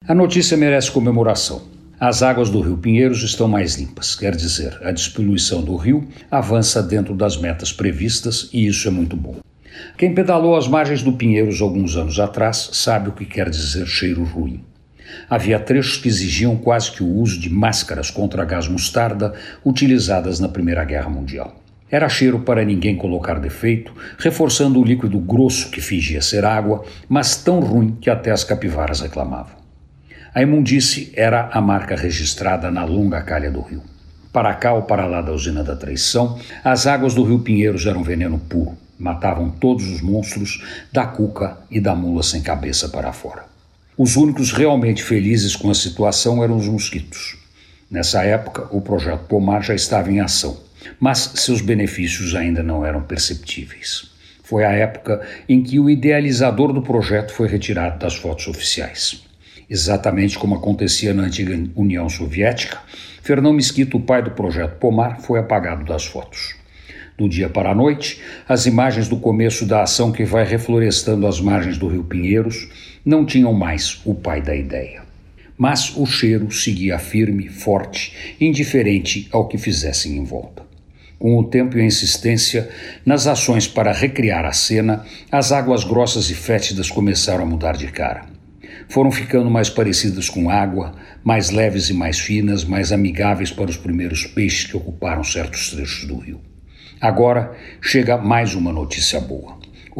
A notícia merece comemoração. As águas do Rio Pinheiros estão mais limpas, quer dizer, a despoluição do rio avança dentro das metas previstas e isso é muito bom. Quem pedalou às margens do Pinheiros alguns anos atrás sabe o que quer dizer cheiro ruim. Havia trechos que exigiam quase que o uso de máscaras contra gás mostarda utilizadas na Primeira Guerra Mundial. Era cheiro para ninguém colocar defeito, reforçando o líquido grosso que fingia ser água, mas tão ruim que até as capivaras reclamavam. A imundície era a marca registrada na longa calha do rio. Para cá ou para lá da usina da Traição, as águas do Rio Pinheiros eram veneno puro. Matavam todos os monstros da cuca e da mula sem cabeça para fora. Os únicos realmente felizes com a situação eram os mosquitos. Nessa época, o projeto Pomar já estava em ação, mas seus benefícios ainda não eram perceptíveis. Foi a época em que o idealizador do projeto foi retirado das fotos oficiais. Exatamente como acontecia na antiga União Soviética, Fernão Mesquita, o pai do projeto Pomar, foi apagado das fotos. Do dia para a noite, as imagens do começo da ação que vai reflorestando as margens do Rio Pinheiros não tinham mais o pai da ideia. Mas o cheiro seguia firme, forte, indiferente ao que fizessem em volta. Com o tempo e a insistência, nas ações para recriar a cena, as águas grossas e fétidas começaram a mudar de cara. Foram ficando mais parecidas com água, mais leves e mais finas, mais amigáveis para os primeiros peixes que ocuparam certos trechos do rio. Agora chega mais uma notícia boa.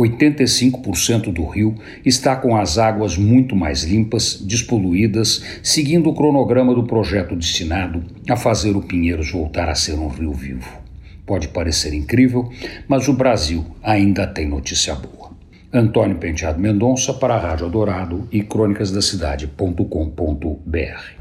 85% do rio está com as águas muito mais limpas, despoluídas, seguindo o cronograma do projeto destinado a fazer o Pinheiros voltar a ser um rio vivo. Pode parecer incrível, mas o Brasil ainda tem notícia boa. Antônio Penteado Mendonça para a Rádio Eldorado e crônicasdacidade.com.br